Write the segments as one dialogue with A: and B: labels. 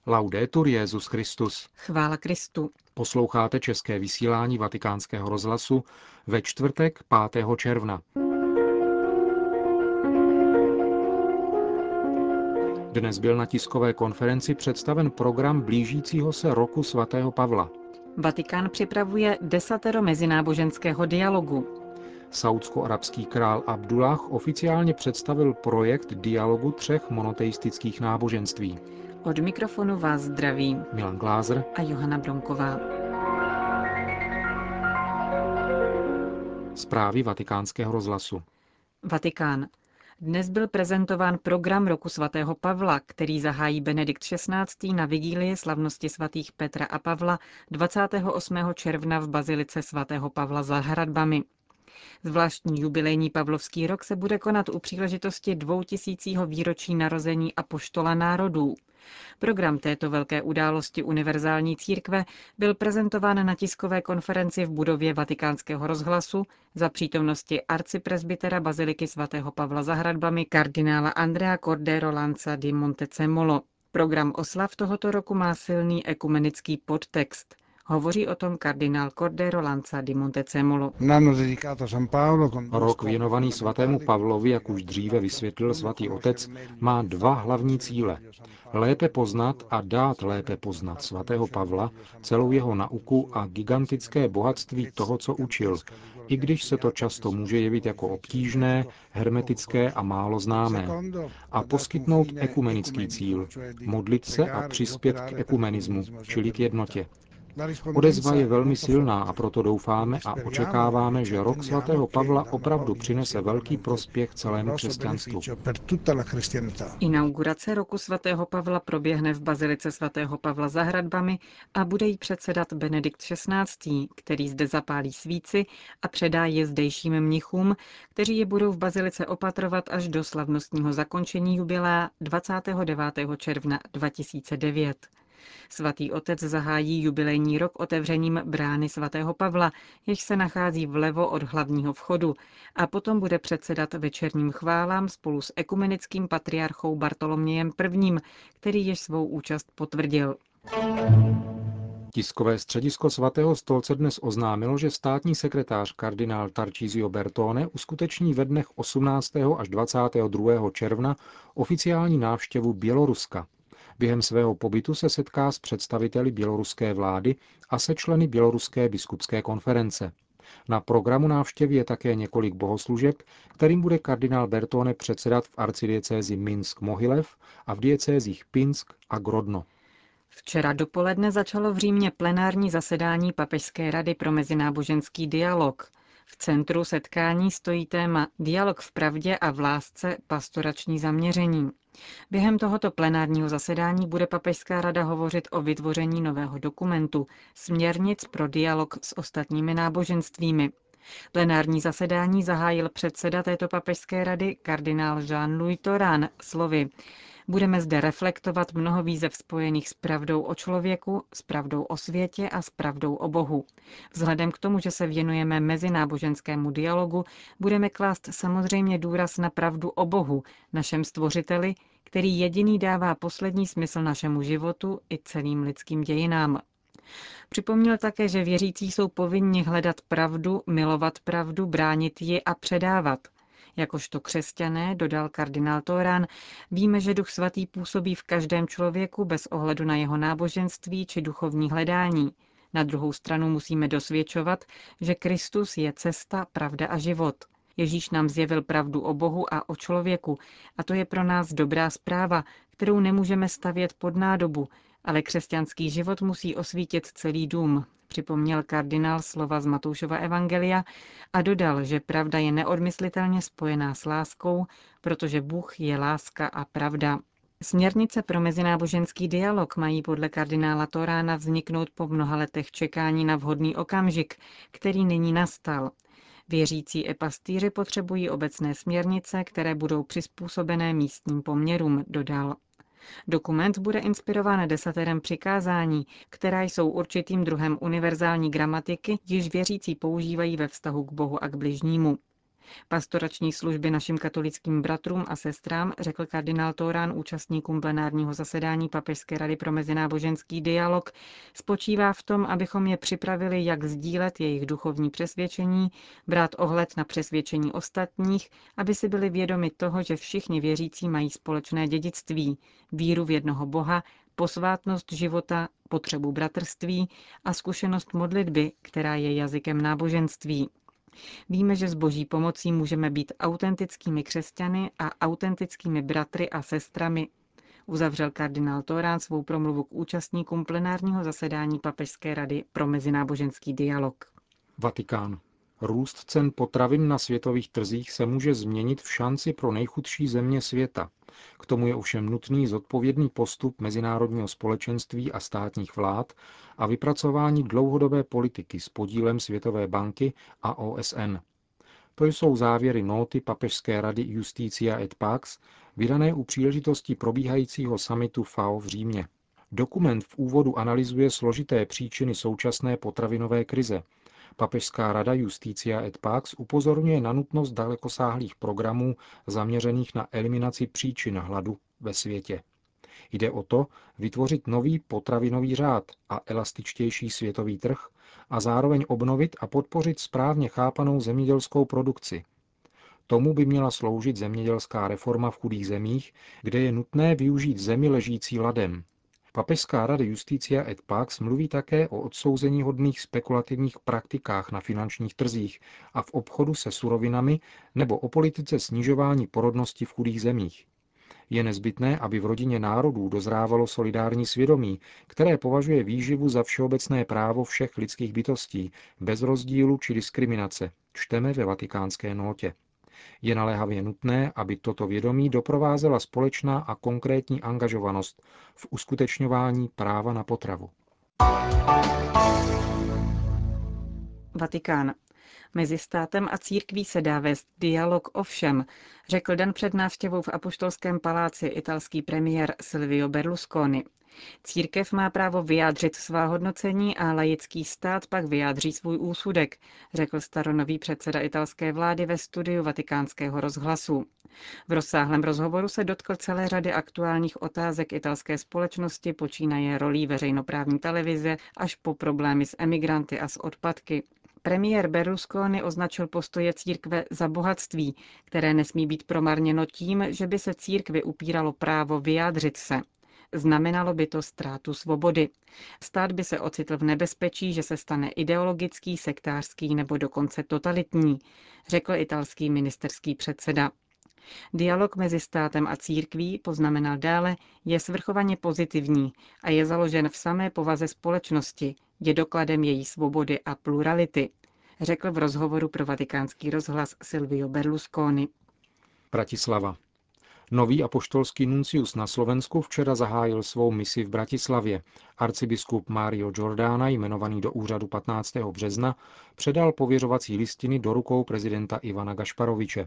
A: Laudetur Jesus Christus.
B: Chvála Kristu.
A: Posloucháte české vysílání Vatikánského rozhlasu ve čtvrtek 5. června. Dnes byl na tiskové konferenci představen program blížícího se roku svatého Pavla.
B: Vatikán připravuje 10 mezináboženského dialogu.
A: Saúdsko-arabský král Abdullah oficiálně představil projekt dialogu 3 monoteistických náboženství.
B: Od mikrofonu vás zdraví
A: Milan Glázer
B: a Johana Bronková.
A: Zprávy Vatikánského rozhlasu.
B: Vatikán. Dnes byl prezentován program roku svatého Pavla, který zahájí Benedikt XVI. Na vigílii slavnosti svatých Petra a Pavla 28. června v bazilice svatého Pavla za hradbami. Zvláštní jubilejní Pavlovský rok se bude konat u příležitosti 2000. výročí narození apoštola národů. Program této velké události univerzální církve byl prezentován na tiskové konferenci v budově Vatikánského rozhlasu za přítomnosti arcipresbytera baziliky svatého Pavla za hradbami kardinála Andrea Cordero Lanza di Montezemolo. Program oslav tohoto roku má silný ekumenický podtext. Hovoří o tom kardinál Cordero Lanza di Montezemolo.
A: Rok věnovaný svatému Pavlovi, jak už dříve vysvětlil svatý otec, má 2 hlavní cíle. Lépe poznat a dát lépe poznat svatého Pavla, celou jeho nauku a gigantické bohatství toho, co učil, i když se to často může jevit jako obtížné, hermetické a málo známé. A poskytnout ekumenický cíl, modlit se a přispět k ekumenismu, čili k jednotě. Odezva je velmi silná a proto doufáme a očekáváme, že rok svatého Pavla opravdu přinese velký prospěch celému křesťanstvu.
B: Inaugurace roku svatého Pavla proběhne v bazilice svatého Pavla za hradbami a bude jí předsedat Benedikt XVI., který zde zapálí svíci a předá je zdejším mnichům, kteří je budou v bazilice opatrovat až do slavnostního zakončení jubilea 29. června 2009. Svatý otec zahájí jubilejní rok otevřením brány svatého Pavla, jež se nachází vlevo od hlavního vchodu, a potom bude předsedat večerním chválám spolu s ekumenickým patriarchou Bartolomějem I., který již svou účast potvrdil.
A: Tiskové středisko svatého stolce dnes oznámilo, že státní sekretář kardinál Tarcísio Bertone uskuteční ve dnech 18. až 22. června oficiální návštěvu Běloruska. Během svého pobytu se setká s představiteli běloruské vlády a se členy Běloruské biskupské konference. Na programu návštěvy je také několik bohoslužeb, kterým bude kardinál Bertone předsedat v arcidiecézi Minsk-Mohilev a v diecézích Pinsk a Grodno.
B: Včera dopoledne začalo v Římě plenární zasedání Papežské rady pro mezináboženský dialog. V centru setkání stojí téma Dialog v pravdě a v lásce, pastorační zaměření. Během tohoto plenárního zasedání bude Papežská rada hovořit o vytvoření nového dokumentu, směrnic pro dialog s ostatními náboženstvími. Plenární zasedání zahájil předseda této Papežské rady, kardinál Jean-Louis Tauran, slovy: Budeme zde reflektovat mnoho výzev spojených s pravdou o člověku, s pravdou o světě a s pravdou o Bohu. Vzhledem k tomu, že se věnujeme mezináboženskému dialogu, budeme klást samozřejmě důraz na pravdu o Bohu, našem stvořiteli, který jediný dává poslední smysl našemu životu i celým lidským dějinám. Připomněl také, že věřící jsou povinni hledat pravdu, milovat pravdu, bránit ji a předávat. Jakožto křesťané, dodal kardinál Tauran, víme, že Duch svatý působí v každém člověku bez ohledu na jeho náboženství či duchovní hledání. Na druhou stranu musíme dosvědčovat, že Kristus je cesta, pravda a život. Ježíš nám zjevil pravdu o Bohu a o člověku a to je pro nás dobrá zpráva, kterou nemůžeme stavět pod nádobu, ale křesťanský život musí osvítit celý dům, připomněl kardinál slova z Matoušova evangelia a dodal, že pravda je neodmyslitelně spojená s láskou, protože Bůh je láska a pravda. Směrnice pro mezináboženský dialog mají podle kardinála Taurana vzniknout po mnoha letech čekání na vhodný okamžik, který nyní nastal. Věřící i pastýři potřebují obecné směrnice, které budou přizpůsobené místním poměrům, dodal. Dokument bude inspirován 10 přikázání, která jsou určitým druhem univerzální gramatiky, již věřící používají ve vztahu k Bohu a k bližnímu. Pastorační služby našim katolickým bratrům a sestrám, řekl kardinál Torán účastníkům plenárního zasedání Papežské rady pro mezináboženský dialog, spočívá v tom, abychom je připravili, jak sdílet jejich duchovní přesvědčení, brát ohled na přesvědčení ostatních, aby si byli vědomi toho, že všichni věřící mají společné dědictví, víru v jednoho Boha, posvátnost života, potřebu bratrství a zkušenost modlitby, která je jazykem náboženství. Víme, že s Boží pomocí můžeme být autentickými křesťany a autentickými bratry a sestrami, uzavřel kardinál Torán svou promluvu k účastníkům plenárního zasedání Papežské rady pro mezináboženský dialog.
A: Vatikán. Růst cen potravin na světových trzích se může změnit v šanci pro nejchudší země světa. K tomu je ovšem nutný zodpovědný postup mezinárodního společenství a státních vlád a vypracování dlouhodobé politiky s podílem Světové banky a OSN. To jsou závěry nóty Papežské rady Justitia et Pax, vydané u příležitosti probíhajícího summitu FAO v Římě. Dokument v úvodu analyzuje složité příčiny současné potravinové krize. Papežská rada Justitia et Pax upozorňuje na nutnost dalekosáhlých programů zaměřených na eliminaci příčin hladu ve světě. Jde o to vytvořit nový potravinový řád a elastičtější světový trh a zároveň obnovit a podpořit správně chápanou zemědělskou produkci. Tomu by měla sloužit zemědělská reforma v chudých zemích, kde je nutné využít zemi ležící ladem. Papežská rada Justitia et Pax mluví také o odsouzeníhodných spekulativních praktikách na finančních trzích a v obchodu se surovinami nebo o politice snižování porodnosti v chudých zemích. Je nezbytné, aby v rodině národů dozrávalo solidární svědomí, které považuje výživu za všeobecné právo všech lidských bytostí, bez rozdílu či diskriminace, čteme ve vatikánské nótě. Je naléhavě nutné, aby toto vědomí doprovázela společná a konkrétní angažovanost v uskutečňování práva na potravu.
B: Vatikán. Mezi státem a církví se dá vést dialog o všem, řekl den před návštěvou v Apoštolském paláci italský premiér Silvio Berlusconi. Církev má právo vyjádřit svá hodnocení a laický stát pak vyjádří svůj úsudek, řekl staronový předseda italské vlády ve studiu Vatikánského rozhlasu. V rozsáhlém rozhovoru se dotkl celé řady aktuálních otázek italské společnosti, počínaje rolí veřejnoprávní televize až po problémy s emigranty a s odpadky. Premiér Berlusconi označil postoje církve za bohatství, které nesmí být promarněno tím, že by se církvi upíralo právo vyjádřit se. Znamenalo by to ztrátu svobody. Stát by se ocitl v nebezpečí, že se stane ideologický, sektářský nebo dokonce totalitní, řekl italský ministerský předseda. Dialog mezi státem a církví, poznamenal dále, je svrchovaně pozitivní a je založen v samé povaze společnosti, je dokladem její svobody a plurality, řekl v rozhovoru pro Vatikánský rozhlas Silvio Berlusconi.
A: Bratislava. Nový apoštolský nuncius na Slovensku včera zahájil svou misi v Bratislavě. Arcibiskup Mario Giordana, jmenovaný do úřadu 15. března, předal pověřovací listiny do rukou prezidenta Ivana Gašparoviče.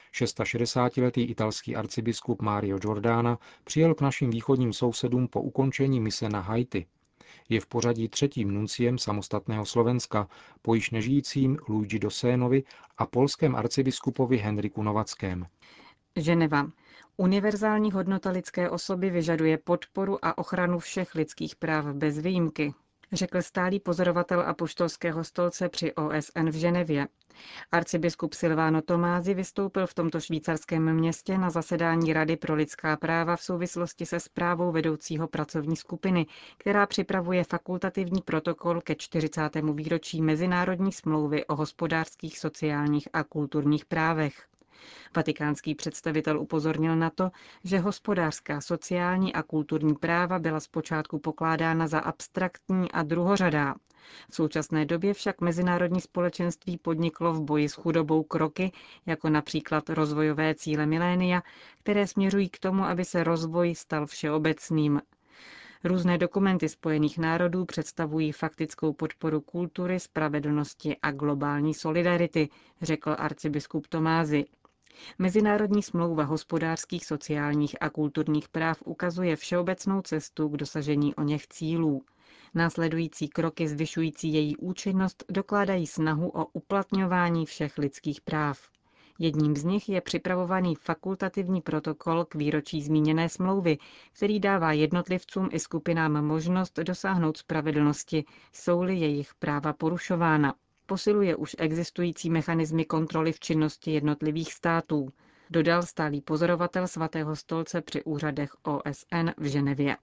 A: 66letý italský arcibiskup Mario Giordana přijel k našim východním sousedům po ukončení mise na Haiti. Je v pořadí třetím nunciem samostatného Slovenska, po již nežijícím Luigi Dosénovi a polském arcibiskupovi Henriku Novackém.
B: Ženeva. Univerzální hodnota lidské osoby vyžaduje podporu a ochranu všech lidských práv bez výjimky, řekl stálý pozorovatel apoštolského stolce při OSN v Ženevě. Arcibiskup Silvano Tomázy vystoupil v tomto švýcarském městě na zasedání Rady pro lidská práva v souvislosti se zprávou vedoucího pracovní skupiny, která připravuje fakultativní protokol ke 40. výročí Mezinárodní smlouvy o hospodářských, sociálních a kulturních právech. Vatikánský představitel upozornil na to, že hospodářská, sociální a kulturní práva byla zpočátku pokládána za abstraktní a druhořadá. V současné době však mezinárodní společenství podniklo v boji s chudobou kroky, jako například rozvojové cíle milénia, které směřují k tomu, aby se rozvoj stal všeobecným. Různé dokumenty Spojených národů představují faktickou podporu kultury, spravedlnosti a globální solidarity, řekl arcibiskup Tomázy. Mezinárodní smlouva hospodářských, sociálních a kulturních práv ukazuje všeobecnou cestu k dosažení oněch cílů. Následující kroky zvyšující její účinnost dokládají snahu o uplatňování všech lidských práv. Jedním z nich je připravovaný fakultativní protokol k výročí zmíněné smlouvy, který dává jednotlivcům i skupinám možnost dosáhnout spravedlnosti, jsou-li jejich práva porušována. Posiluje už existující mechanismy kontroly v činnosti jednotlivých států, dodal stálý pozorovatel Svatého stolce při úřadech OSN v Ženevě.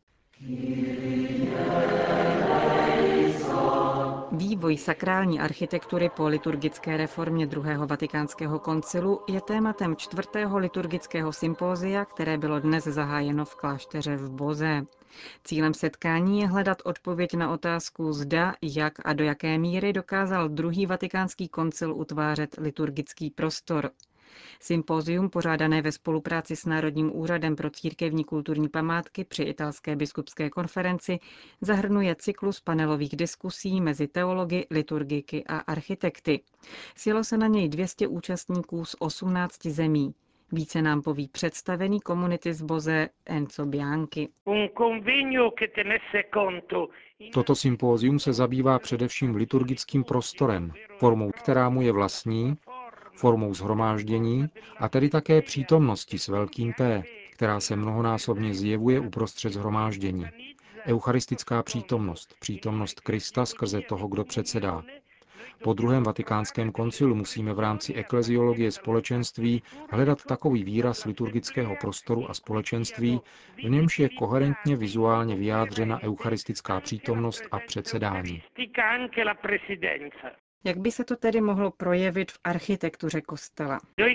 B: Vývoj sakrální architektury po liturgické reformě druhého vatikánského koncilu je tématem 4. liturgického sympózia, které bylo dnes zahájeno v klášteře v Boze. Cílem setkání je hledat odpověď na otázku, zda, jak a do jaké míry dokázal druhý vatikánský koncil utvářet liturgický prostor. Sympózium, pořádané ve spolupráci s Národním úřadem pro církevní kulturní památky při italské biskupské konferenci, zahrnuje cyklus panelových diskusí mezi teology, liturgiky a architekty. Sjelo se na něj 200 účastníků z 18 zemí. Více nám poví představený komunitis Boze Enzo Bianchi.
A: Toto sympózium se zabývá především liturgickým prostorem, formou, která mu je vlastní, formou shromáždění a tedy také přítomnosti s velkým P, která se mnohonásobně zjevuje uprostřed shromáždění. Eucharistická přítomnost, přítomnost Krista skrze toho, kdo předsedá. Po druhém vatikánském koncilu musíme v rámci ekleziologie společenství hledat takový výraz liturgického prostoru a společenství, v němž je koherentně vizuálně vyjádřena eucharistická přítomnost a předsedání.
B: Jak by se to tedy mohlo projevit v architektuře kostela?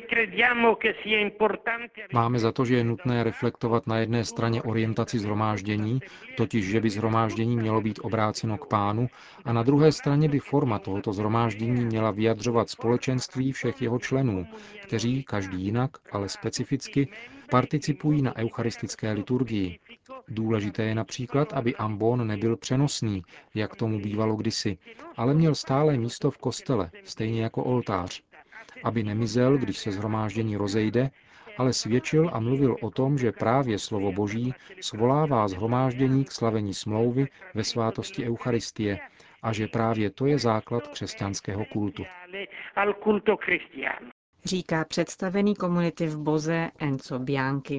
A: Máme za to, že je nutné reflektovat na jedné straně orientaci shromáždění, totiž že by shromáždění mělo být obráceno k Pánu, a na druhé straně by forma tohoto shromáždění měla vyjadřovat společenství všech jeho členů, kteří, každý jinak, ale specificky, participují na eucharistické liturgii. Důležité je například, aby ambon nebyl přenosný, jak tomu bývalo kdysi, ale měl stále místo v kostele, stejně jako oltář. Aby nemizel, když se shromáždění rozejde, ale svědčil a mluvil o tom, že právě slovo Boží svolává shromáždění k slavení smlouvy ve svátosti Eucharistie a že právě to je základ křesťanského kultu.
B: Říká představený komunity v Boze Enzo Bianchi.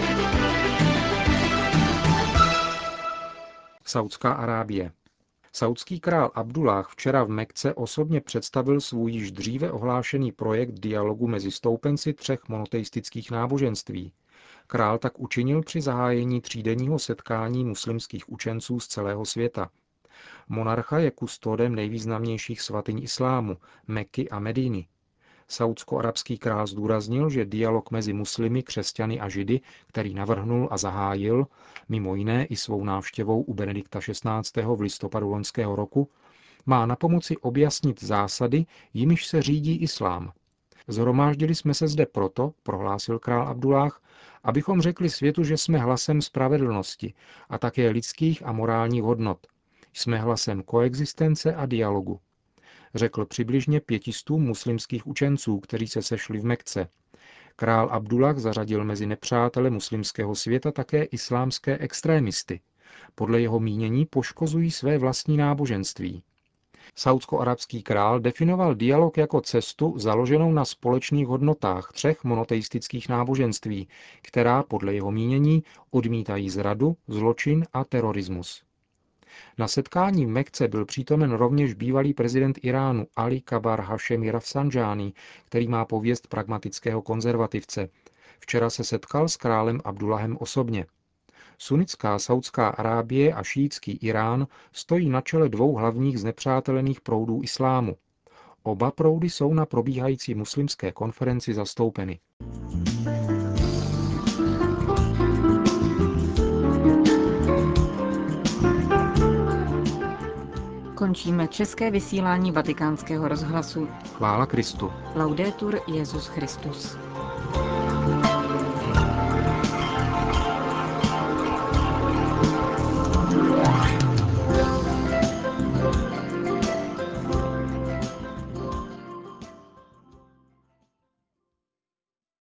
A: Saudská Arábie. Saudský král Abdulláh včera v Mekce osobně představil svůj již dříve ohlášený projekt dialogu mezi stoupenci 3 monoteistických náboženství. Král tak učinil při zahájení třídenního setkání muslimských učenců z celého světa. Monarcha je kustodem nejvýznamnějších svatyň islámu, Meky a Medíny. Saúdsko-arabský král zdůraznil, že dialog mezi muslimy, křesťany a židy, který navrhnul a zahájil, mimo jiné i svou návštěvou u Benedikta XVI. V listopadu loňského roku, má napomoci objasnit zásady, jimiž se řídí islám. Zhromáždili jsme se zde proto, prohlásil král Abdulláh, abychom řekli světu, že jsme hlasem spravedlnosti a také lidských a morálních hodnot. Jsme hlasem koexistence a dialogu. Řekl přibližně 500 muslimských učenců, kteří se sešli v Mekce. Král Abdullah zařadil mezi nepřátele muslimského světa také islámské extrémisty. Podle jeho mínění poškozují své vlastní náboženství. Saúdsko-arabský král definoval dialog jako cestu založenou na společných hodnotách 3 monoteistických náboženství, která podle jeho mínění odmítají zradu, zločin a terorismus. Na setkání v Mekce byl přítomen rovněž bývalý prezident Iránu Ali Kabar Hashemi Rafsanjani, který má pověst pragmatického konzervativce. Včera se setkal s králem Abdullahem osobně. Sunnická Saudská Arábie a šíitský Irán stojí na čele 2 hlavních znepřátelených proudů islámu. Oba proudy jsou na probíhající muslimské konferenci zastoupeny.
B: Končíme české vysílání Vatikánského rozhlasu.
A: Chvála Kristu.
B: Laudetur Jesus Christus.